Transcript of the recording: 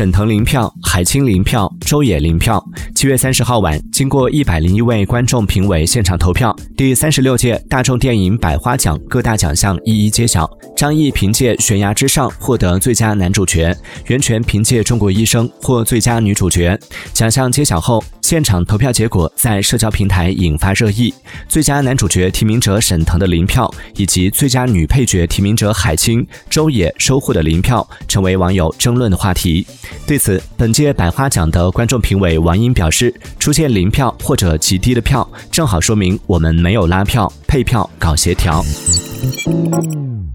沈腾零票，海清零票，周也零票。7月30号晚，经过101位观众评委现场投票，第36届大众电影百花奖各大奖项一一揭晓。张译凭借《悬崖之上》获得最佳男主角，袁泉凭借《中国医生》获最佳女主角。奖项揭晓后，现场投票结果在社交平台引发热议。最佳男主角提名者沈腾的零票，以及最佳女配角提名者海清、周也收获的零票，成为网友争论的话题。对此，本届百花奖的观众评委王英表示，出现零票或者极低的票，正好说明我们没有拉票、配票搞协调。